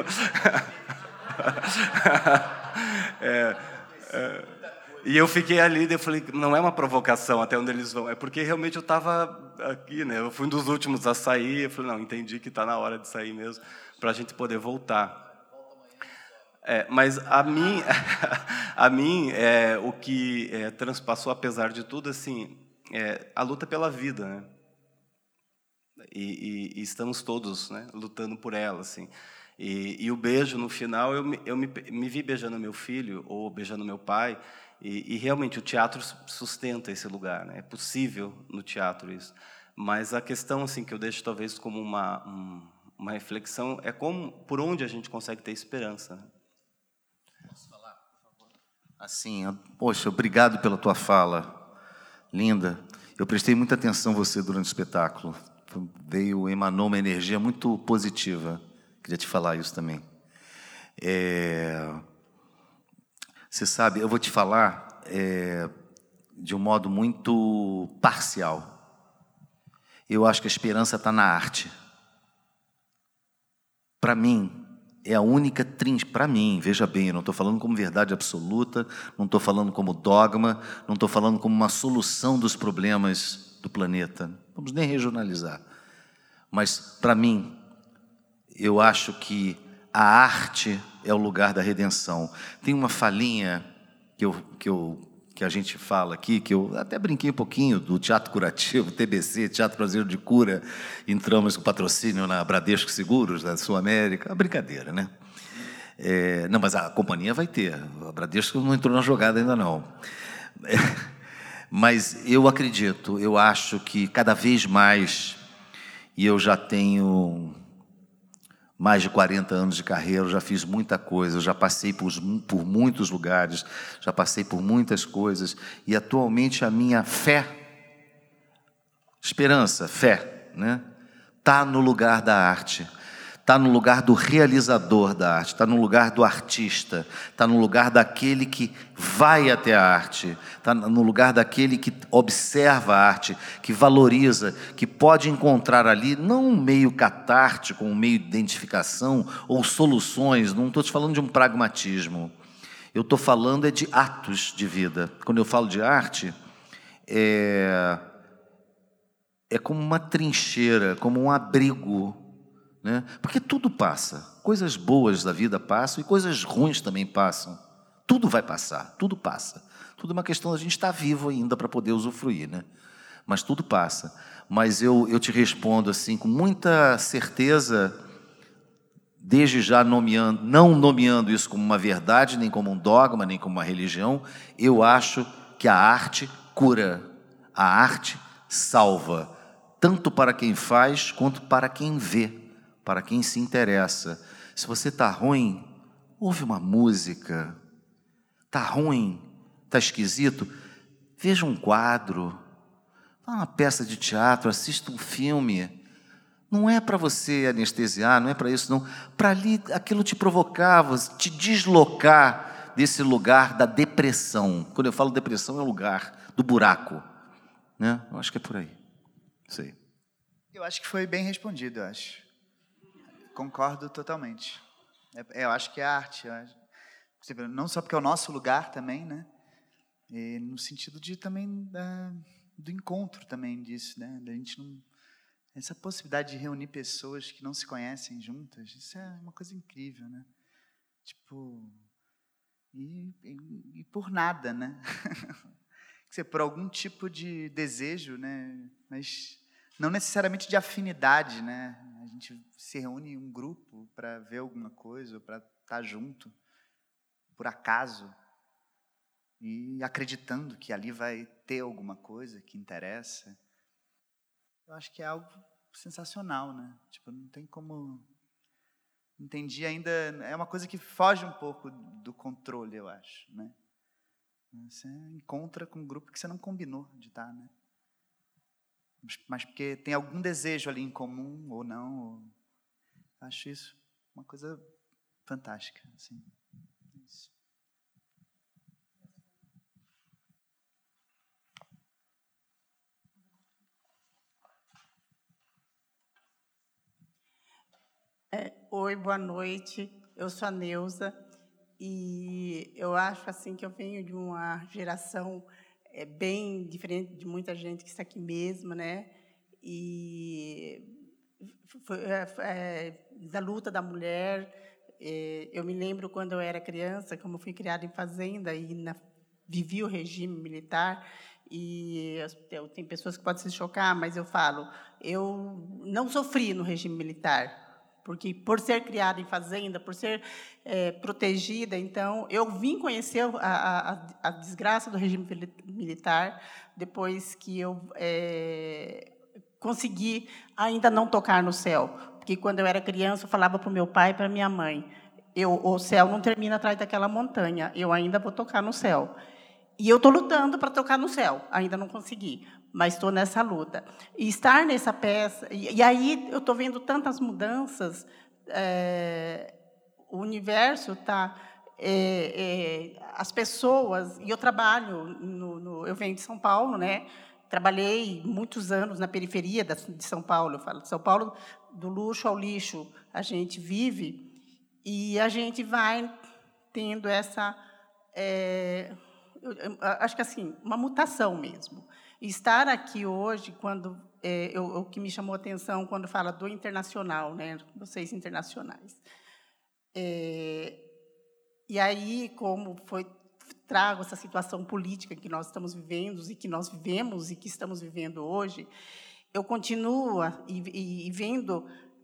é, é, e eu fiquei ali, eu falei, não é uma provocação até onde eles vão, é porque realmente eu estava aqui, né? Eu fui um dos últimos a sair, eu falei, não, entendi que está na hora de sair mesmo, para a gente poder voltar. É, mas a mim, a mim é, o que é, transpassou, apesar de tudo, assim, é a luta pela vida, né? E, e, e estamos todos, né, lutando por ela, assim. E, e o beijo, no final, eu, me, eu me, me vi beijando meu filho, ou beijando meu pai, e, e realmente o teatro sustenta esse lugar, né? É possível no teatro isso. Mas a questão assim que eu deixo talvez como uma um, uma reflexão é como por onde a gente consegue ter esperança. Posso falar, por favor? Assim, poxa, obrigado pela tua fala, linda. Eu prestei muita atenção a você durante o espetáculo. Veio, emanou uma energia muito positiva. Queria te falar isso também. É... Você sabe, eu vou te falar é, de um modo muito parcial. Eu acho que a esperança está na arte. Para mim, é a única trincha. Para mim, veja bem, eu não estou falando como verdade absoluta, não estou falando como dogma, não estou falando como uma solução dos problemas do planeta. Vamos nem regionalizar. Mas, para mim, eu acho que a arte é o lugar da redenção. Tem uma falinha que eu, que eu que a gente fala aqui, que eu até brinquei um pouquinho do Teatro Curativo, T B C, Teatro Brasileiro de Cura, entramos com patrocínio na Bradesco Seguros, da Sul América, uma brincadeira, né? É, não, mas a companhia vai ter, a Bradesco não entrou na jogada ainda não. É, mas eu acredito, eu acho que cada vez mais, e eu já tenho mais de quarenta anos de carreira, eu já fiz muita coisa, eu já passei por, por muitos lugares, já passei por muitas coisas, e atualmente a minha fé, esperança, fé, né, está no lugar da arte, está no lugar do realizador da arte, está no lugar do artista, está no lugar daquele que vai até a arte, está no lugar daquele que observa a arte, que valoriza, que pode encontrar ali, não um meio catártico, um meio de identificação ou soluções, não estou te falando de um pragmatismo, eu estou falando é de atos de vida. Quando eu falo de arte, é, é como uma trincheira, como um abrigo, né? Porque tudo passa, coisas boas da vida passam e coisas ruins também passam, tudo vai passar, tudo passa, tudo é uma questão da gente estar vivo ainda para poder usufruir, né? Mas tudo passa. Mas eu, eu te respondo assim com muita certeza, desde já nomeando, não nomeando isso como uma verdade, nem como um dogma, nem como uma religião, eu acho que a arte cura, a arte salva, tanto para quem faz quanto para quem vê, para quem se interessa. Se você está ruim, ouve uma música. Está ruim, está esquisito, veja um quadro, vá uma peça de teatro, assista um filme. Não é para você anestesiar, não é para isso, não. Para ali aquilo te provocar, te deslocar desse lugar da depressão. Quando eu falo depressão, é o lugar do buraco, né? Eu acho que é por aí. Sei. Eu acho que foi bem respondido, eu acho. Concordo totalmente. É, eu acho que é arte. Eu acho. Não só porque é o nosso lugar também, né? E no sentido de também da, do encontro também disso, né? Da gente não, essa possibilidade de reunir pessoas que não se conhecem juntas, isso é uma coisa incrível, né? Tipo, e, e, e por nada, né? Quer dizer, por algum tipo de desejo, né? Mas não necessariamente de afinidade, né? A gente se reúne em um grupo para ver alguma coisa, ou para estar junto, por acaso, e acreditando que ali vai ter alguma coisa que interessa. Eu acho que é algo sensacional, né? Tipo, não tem como... Entendi ainda... É uma coisa que foge um pouco do controle, eu acho, né? Você encontra com um grupo que você não combinou de estar, né? Mas porque tem algum desejo ali em comum ou não. Ou... Acho isso uma coisa fantástica, assim. Isso. É, oi, boa noite. Eu sou a Neuza e eu acho assim que eu venho de uma geração é, bem diferente de muita gente que está aqui mesmo, né? E foi, é, da luta da mulher. É, eu me lembro quando eu era criança, como eu fui criada em fazenda e na, vivi o regime militar. E eu, tem pessoas que podem se chocar, mas eu falo, eu não sofri no regime militar. Porque, por ser criada em fazenda, por ser é, protegida, então, eu vim conhecer a, a, a desgraça do regime militar depois que eu é, consegui ainda não tocar no céu. Porque, quando eu era criança, eu falava para o meu pai e para a minha mãe, eu, o céu não termina atrás daquela montanha, eu ainda vou tocar no céu. E eu estou lutando para tocar no céu, ainda não consegui, mas estou nessa luta. E estar nessa peça... E, e aí eu estou vendo tantas mudanças, é, o universo está... É, é, as pessoas... E eu trabalho... No, no, eu venho de São Paulo, né? Trabalhei muitos anos na periferia de São Paulo. Eu falo de São Paulo, do luxo ao lixo, a gente vive, e a gente vai tendo essa... É, eu, eu, acho que assim, uma mutação mesmo. E estar aqui hoje, quando é, eu, o que me chamou a atenção quando fala do internacional, né? Vocês internacionais. É, e aí, como foi, trago essa situação política que nós estamos vivendo e que nós vivemos e que estamos vivendo hoje, eu continuo e, e, e vendo.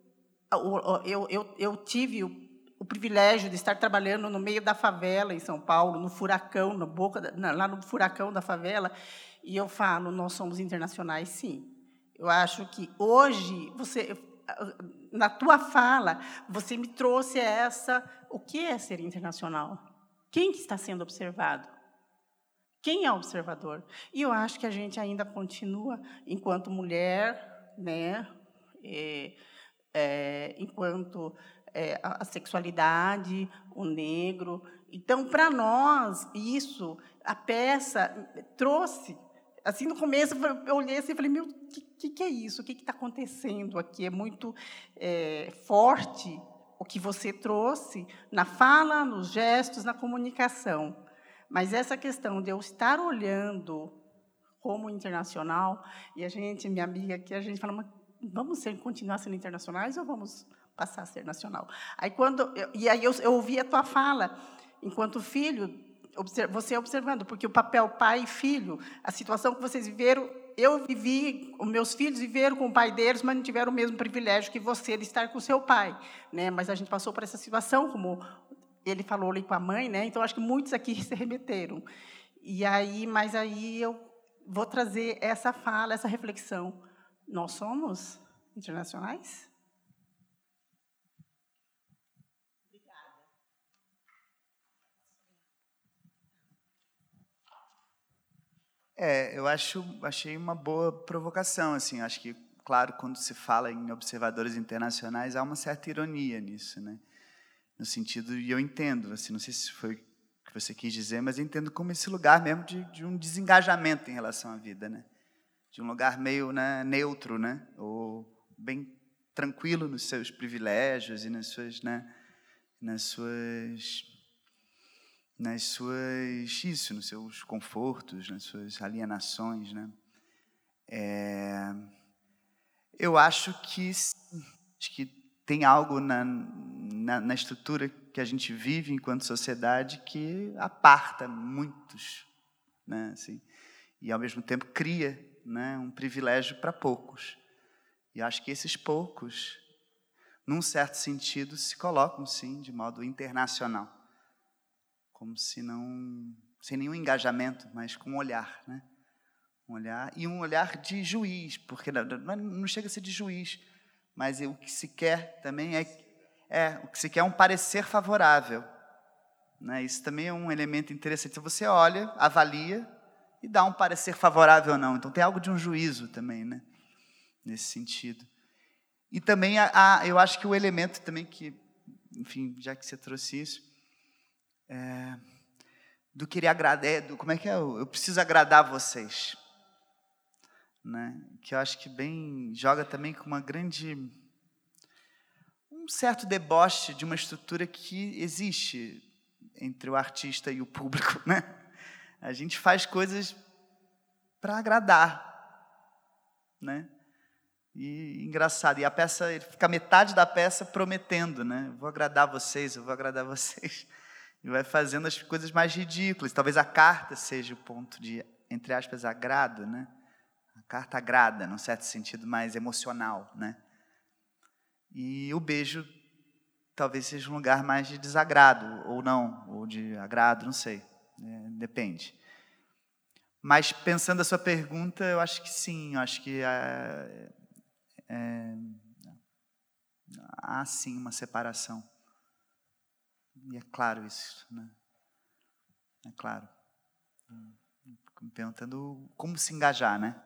Eu, eu, eu tive o o privilégio de estar trabalhando no meio da favela em São Paulo, no furacão, na boca, da, lá no furacão da favela, e eu falo, nós somos internacionais, sim. Eu acho que hoje você, na tua fala, você me trouxe essa, o que é ser internacional? Quem que está sendo observado? Quem é o observador? E eu acho que a gente ainda continua, enquanto mulher, né, é, é, enquanto É, a sexualidade, o negro. Então, para nós, isso, a peça trouxe. Assim, no começo, eu olhei assim e falei, meu, o que, que, que é isso? O que está acontecendo aqui? É muito é, forte o que você trouxe na fala, nos gestos, na comunicação. Mas essa questão de eu estar olhando como internacional, e a gente, minha amiga aqui, a gente fala, mas vamos ser, continuar sendo internacionais ou vamos passar a ser nacional? Aí, quando eu, e aí eu, eu ouvi a tua fala, enquanto filho, observ, você observando, porque o papel pai e filho, a situação que vocês viveram, eu vivi, os meus filhos viveram com o pai deles, mas não tiveram o mesmo privilégio que você de estar com o seu pai, né? Mas a gente passou por essa situação, como ele falou ali com a mãe, né? Então, acho que muitos aqui se remeteram. E aí, mas aí eu vou trazer essa fala, essa reflexão. Nós somos internacionais? É, eu acho, achei uma boa provocação, assim, acho que, claro, quando se fala em observadores internacionais, há uma certa ironia nisso, né? No sentido, e eu entendo, assim, não sei se foi o que você quis dizer, mas eu entendo como esse lugar mesmo de, de um desengajamento em relação à vida, né? De um lugar meio, né, neutro, né? Ou bem tranquilo nos seus privilégios e nas suas, né, nas suas... nas suas, isso, nos seus confortos, nas suas alienações, né? É, eu acho que, acho que tem algo na, na, na estrutura que a gente vive enquanto sociedade que aparta muitos, né? Assim, e, ao mesmo tempo, cria, né, um privilégio para poucos. E acho que esses poucos, num certo sentido, se colocam, sim, de modo internacional. Como se não, sem nenhum engajamento, mas com um olhar, né? Um olhar, e um olhar de juiz, porque não, não chega a ser de juiz, mas o que se quer também é, é o que se quer é um parecer favorável, né? Isso também é um elemento interessante. Então, você olha, avalia e dá um parecer favorável ou não. Então, tem algo de um juízo também, né? Nesse sentido. E também, a, a, eu acho que o elemento também que, enfim, já que você trouxe isso, É, do querer agradar, do, como é que é? Eu, eu preciso agradar vocês, né? Que eu acho que bem joga também com uma grande, um certo deboche de uma estrutura que existe entre o artista e o público, né? A gente faz coisas para agradar, né? E engraçado, e a peça, ele fica metade da peça prometendo, né? Eu vou agradar vocês, eu vou agradar vocês. E vai fazendo as coisas mais ridículas. Talvez a carta seja o ponto de, entre aspas, agrado, né? A carta agrada, num certo sentido mais emocional, né? E o beijo talvez seja um lugar mais de desagrado, ou não, ou de agrado, não sei, é, depende. Mas, pensando a sua pergunta, eu acho que sim, eu acho que a, é, há sim uma separação. E é claro isso, né? É claro. Fico me perguntando como se engajar, né?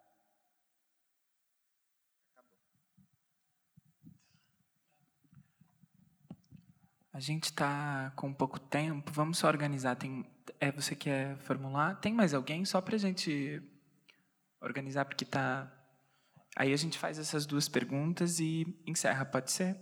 A gente está com pouco tempo, vamos só organizar. Tem, é, você quer formular? Tem mais alguém? Só para a gente organizar, porque tá... Aí a gente faz essas duas perguntas e encerra, pode ser?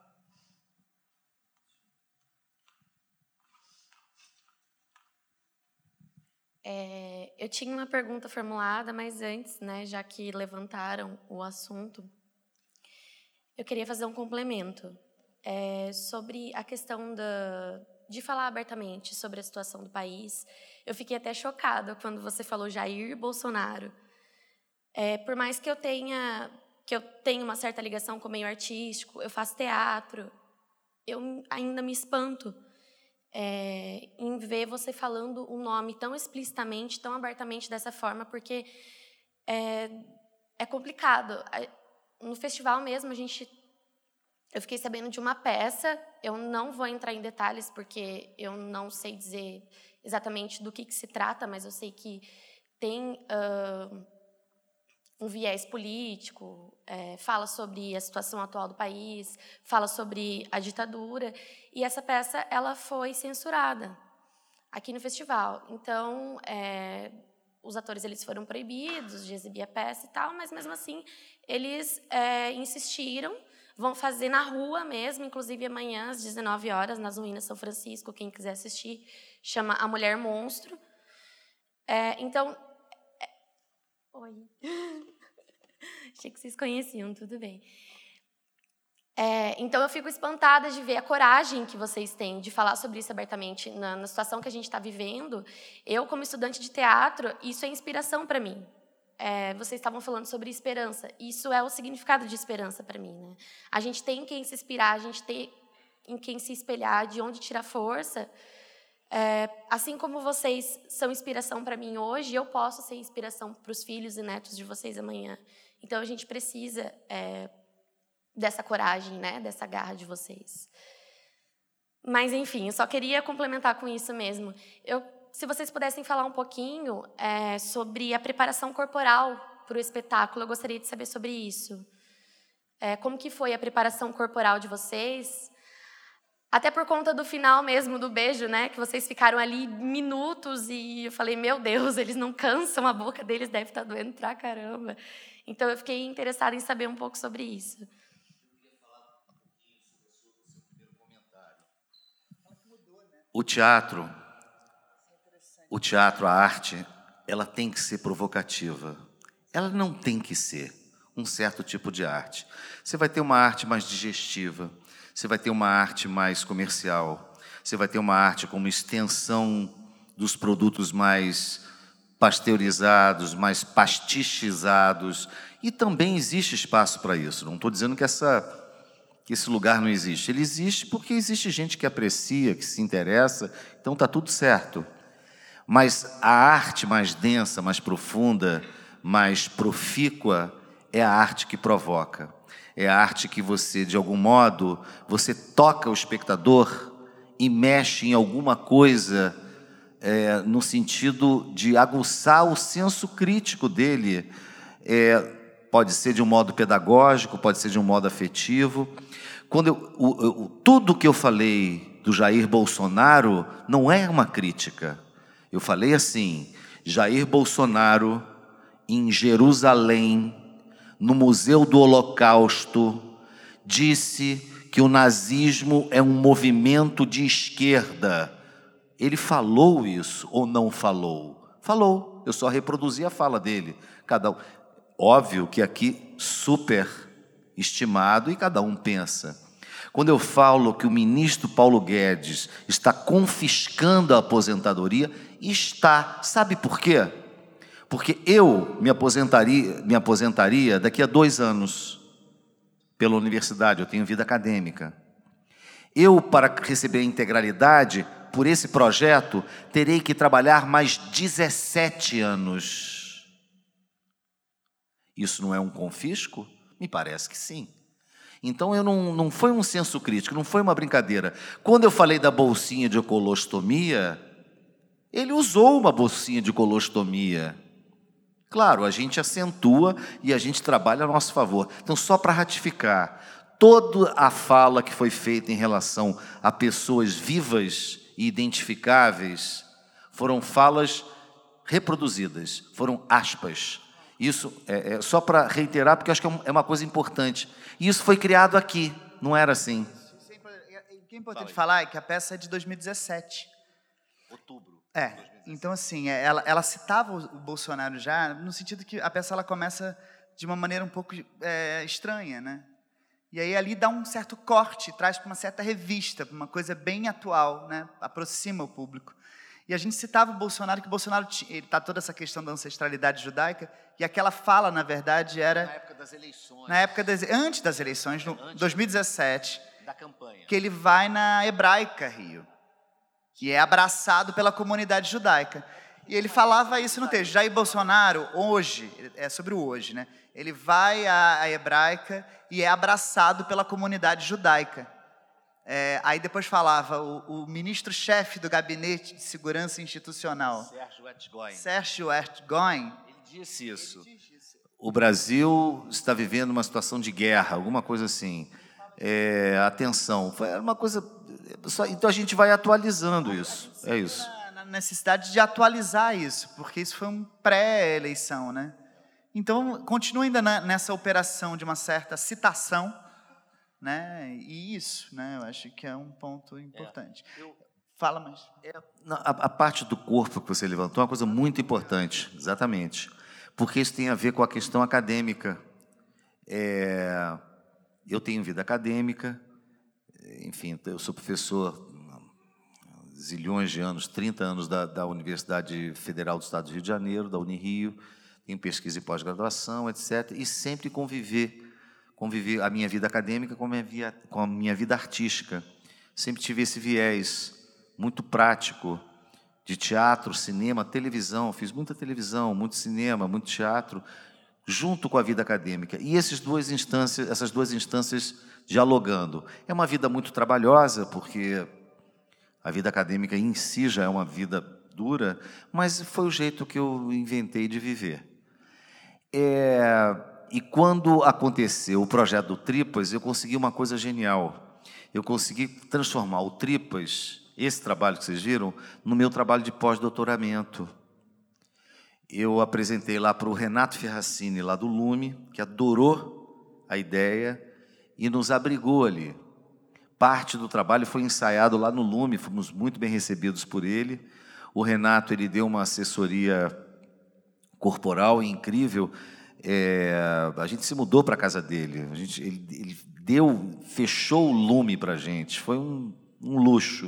É, eu tinha uma pergunta formulada, mas antes, né, já que levantaram o assunto, eu queria fazer um complemento é, sobre a questão da, de falar abertamente sobre a situação do país. Eu fiquei até chocada quando você falou Jair Bolsonaro. É, por mais que eu tenha que eu tenha uma certa ligação com o meio artístico, eu faço teatro, eu ainda me espanto É, em ver você falando um nome tão explicitamente, tão abertamente dessa forma, porque é, é complicado. No festival mesmo, a gente, eu fiquei sabendo de uma peça, eu não vou entrar em detalhes, porque eu não sei dizer exatamente do que, que se trata, mas eu sei que tem uh, um viés político, é, fala sobre a situação atual do país, fala sobre a ditadura, e essa peça ela foi censurada aqui no festival. Então, é, os atores eles foram proibidos de exibir a peça e tal, mas mesmo assim eles é, insistiram, vão fazer na rua mesmo, inclusive amanhã às dezenove horas nas ruínas São Francisco, quem quiser assistir, chama A Mulher Monstro. É, então, é... oi. Achei que vocês conheciam, tudo bem. É, então, eu fico espantada de ver a coragem que vocês têm de falar sobre isso abertamente. Na, na situação que a gente está vivendo, eu, como estudante de teatro, isso é inspiração para mim. É, vocês estavam falando sobre esperança. Isso é o significado de esperança para mim, né? A gente tem em quem se inspirar, a gente tem em quem se espelhar, de onde tirar força. É, assim como vocês são inspiração para mim hoje, eu posso ser inspiração para os filhos e netos de vocês amanhã. Então, a gente precisa é, dessa coragem, né? Dessa garra de vocês. Mas, enfim, eu só queria complementar com isso mesmo. Eu, se vocês pudessem falar um pouquinho é, sobre a preparação corporal para o espetáculo, eu gostaria de saber sobre isso. É, como que foi a preparação corporal de vocês? Até por conta do final mesmo do beijo, né? Que vocês ficaram ali minutos e eu falei, meu Deus, eles não cansam, a boca deles deve estar doendo pra caramba. Então, eu fiquei interessada em saber um pouco sobre isso. Eu queria falar um pouquinho sobre o seu primeiro comentário. O teatro, o teatro, a arte, ela tem que ser provocativa. Ela não tem que ser um certo tipo de arte. Você vai ter uma arte mais digestiva, você vai ter uma arte mais comercial, você vai ter uma arte como extensão dos produtos mais pasteurizados, mais pastichizados, e também existe espaço para isso. Não estou dizendo que, essa, que esse lugar não existe. Ele existe porque existe gente que aprecia, que se interessa, então está tudo certo. Mas a arte mais densa, mais profunda, mais profícua, é a arte que provoca. É a arte que você, de algum modo, você toca o espectador e mexe em alguma coisa é, no sentido de aguçar o senso crítico dele. É, pode ser de um modo pedagógico, pode ser de um modo afetivo. Quando eu, o, o, tudo que eu falei do Jair Bolsonaro não é uma crítica. Eu falei assim, Jair Bolsonaro, em Jerusalém, no Museu do Holocausto, disse que o nazismo é um movimento de esquerda. Ele falou isso ou não falou? Falou. Eu só reproduzi a fala dele. Cada um, óbvio que aqui super estimado e cada um pensa. Quando eu falo que o ministro Paulo Guedes está confiscando a aposentadoria, está. Sabe por quê? Porque eu me aposentaria, me aposentaria daqui a dois anos pela universidade, eu tenho vida acadêmica. Eu, para receber a integralidade, por esse projeto, terei que trabalhar mais dezessete anos. Isso não é um confisco? Me parece que sim. Então, eu não, não foi um senso crítico, não foi uma brincadeira. Quando eu falei da bolsinha de colostomia, ele usou uma bolsinha de colostomia. Claro, a gente acentua e a gente trabalha a nosso favor. Então, só para ratificar, toda a fala que foi feita em relação a pessoas vivas e identificáveis foram falas reproduzidas, foram aspas. Isso é, é só para reiterar, porque eu acho que é uma coisa importante. E isso foi criado aqui, não era assim. O que é importante falar é que a peça é de dois mil e dezessete. Outubro. É, então assim, ela, ela citava o Bolsonaro já, no sentido que a peça ela começa de uma maneira um pouco é, estranha, né? E aí ali dá um certo corte, traz para uma certa revista, para uma coisa bem atual, né? Aproxima o público. E a gente citava o Bolsonaro, que o Bolsonaro está toda essa questão da ancestralidade judaica, e aquela fala, na verdade, era... Na época das eleições. Na época das, antes das eleições, no antes dois mil e dezessete, da campanha. que ele vai na Hebraica Rio, que é abraçado pela comunidade judaica. E ele falava isso no texto. Jair Bolsonaro, hoje, é sobre o hoje, né? Ele vai à, à Hebraica e é abraçado pela comunidade judaica. É, aí depois falava o, o ministro-chefe do Gabinete de Segurança Institucional, Sérgio Ertgoin. Sérgio Ertgoin. Ele disse isso. O Brasil está vivendo uma situação de guerra, alguma coisa assim. É, atenção, foi uma coisa... Só, então a gente vai atualizando isso, é isso. Na necessidade de atualizar isso, porque isso foi um pré-eleição, né? Então, continua ainda na, nessa operação de uma certa citação, né? E isso, né? Eu acho que é um ponto importante. É, eu, Fala, mas... É, a, a parte do corpo que você levantou é uma coisa muito importante, exatamente, porque isso tem a ver com a questão acadêmica. É, eu tenho vida acadêmica, enfim, eu sou professor há zilhões de anos, trinta anos da, da Universidade Federal do Estado do Rio de Janeiro, da Unirio, tenho pesquisa e pós-graduação, etcétera, e sempre conviver, conviver a minha vida acadêmica com a minha, via, com a minha vida artística. Sempre tive esse viés muito prático de teatro, cinema, televisão, fiz muita televisão, muito cinema, muito teatro, junto com a vida acadêmica. E essas duas instâncias, essas duas instâncias dialogando. É uma vida muito trabalhosa, porque a vida acadêmica em si já é uma vida dura, mas foi o jeito que eu inventei de viver. É, e quando aconteceu o projeto do Tripas, eu consegui uma coisa genial. Eu consegui transformar o Tripas, esse trabalho que vocês viram, no meu trabalho de pós-doutoramento. Eu apresentei lá para o Renato Ferracini, lá do Lume, que adorou a ideia e nos abrigou ali. Parte do trabalho foi ensaiado lá no Lume, fomos muito bem recebidos por ele. O Renato, ele deu uma assessoria corporal incrível. É, a gente se mudou para a casa dele. A gente, ele, ele deu, fechou o Lume para a gente. Foi um, um luxo.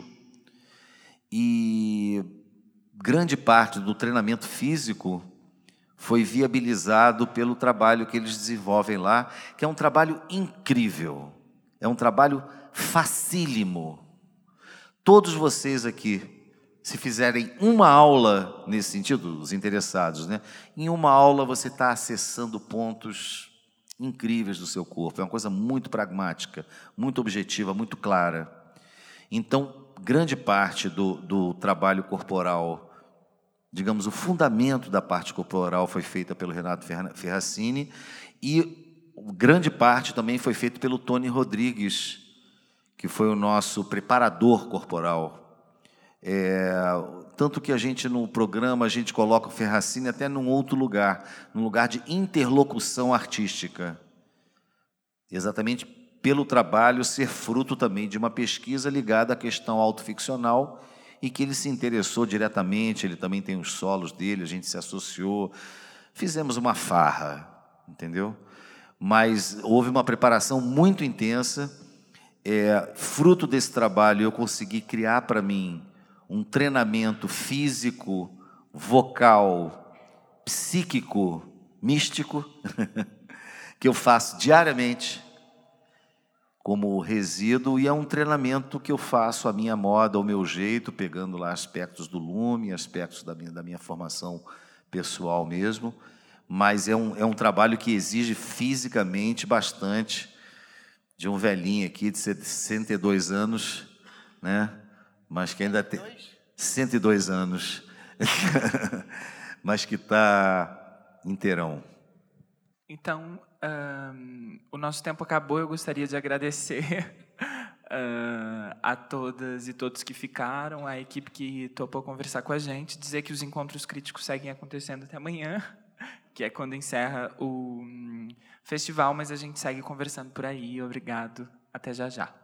E grande parte do treinamento físico foi viabilizado pelo trabalho que eles desenvolvem lá, que é um trabalho incrível. É um trabalho facílimo. Todos vocês aqui, se fizerem uma aula nesse sentido, os interessados, né? Em uma aula você está acessando pontos incríveis do seu corpo. É uma coisa muito pragmática, muito objetiva, muito clara. Então, grande parte do, do trabalho corporal, digamos, o fundamento da parte corporal foi feita pelo Renato Ferracini e grande parte também foi feita pelo Tony Rodrigues, que foi o nosso preparador corporal. É, tanto que a gente, no programa, a gente coloca o Ferracini até num outro lugar, num lugar de interlocução artística. Exatamente pelo trabalho ser fruto também de uma pesquisa ligada à questão autoficcional e que ele se interessou diretamente, ele também tem os solos dele, a gente se associou, fizemos uma farra, entendeu? Mas houve uma preparação muito intensa. É, fruto desse trabalho, eu consegui criar para mim um treinamento físico, vocal, psíquico, místico, que eu faço diariamente como resíduo, e é um treinamento que eu faço à minha moda, ao meu jeito, pegando lá aspectos do Lume, aspectos da minha, da minha formação pessoal mesmo, mas é um, é um trabalho que exige fisicamente bastante, de um velhinho aqui de sessenta e dois anos, né? Mas que ainda tem cento e dois anos, mas que está inteirão. Então, um, o nosso tempo acabou. Eu gostaria de agradecer uh, a todas e todos que ficaram, a equipe que topou conversar com a gente, dizer que os encontros críticos seguem acontecendo até amanhã, que é quando encerra o um, festival, mas a gente segue conversando por aí. Obrigado. Até já já.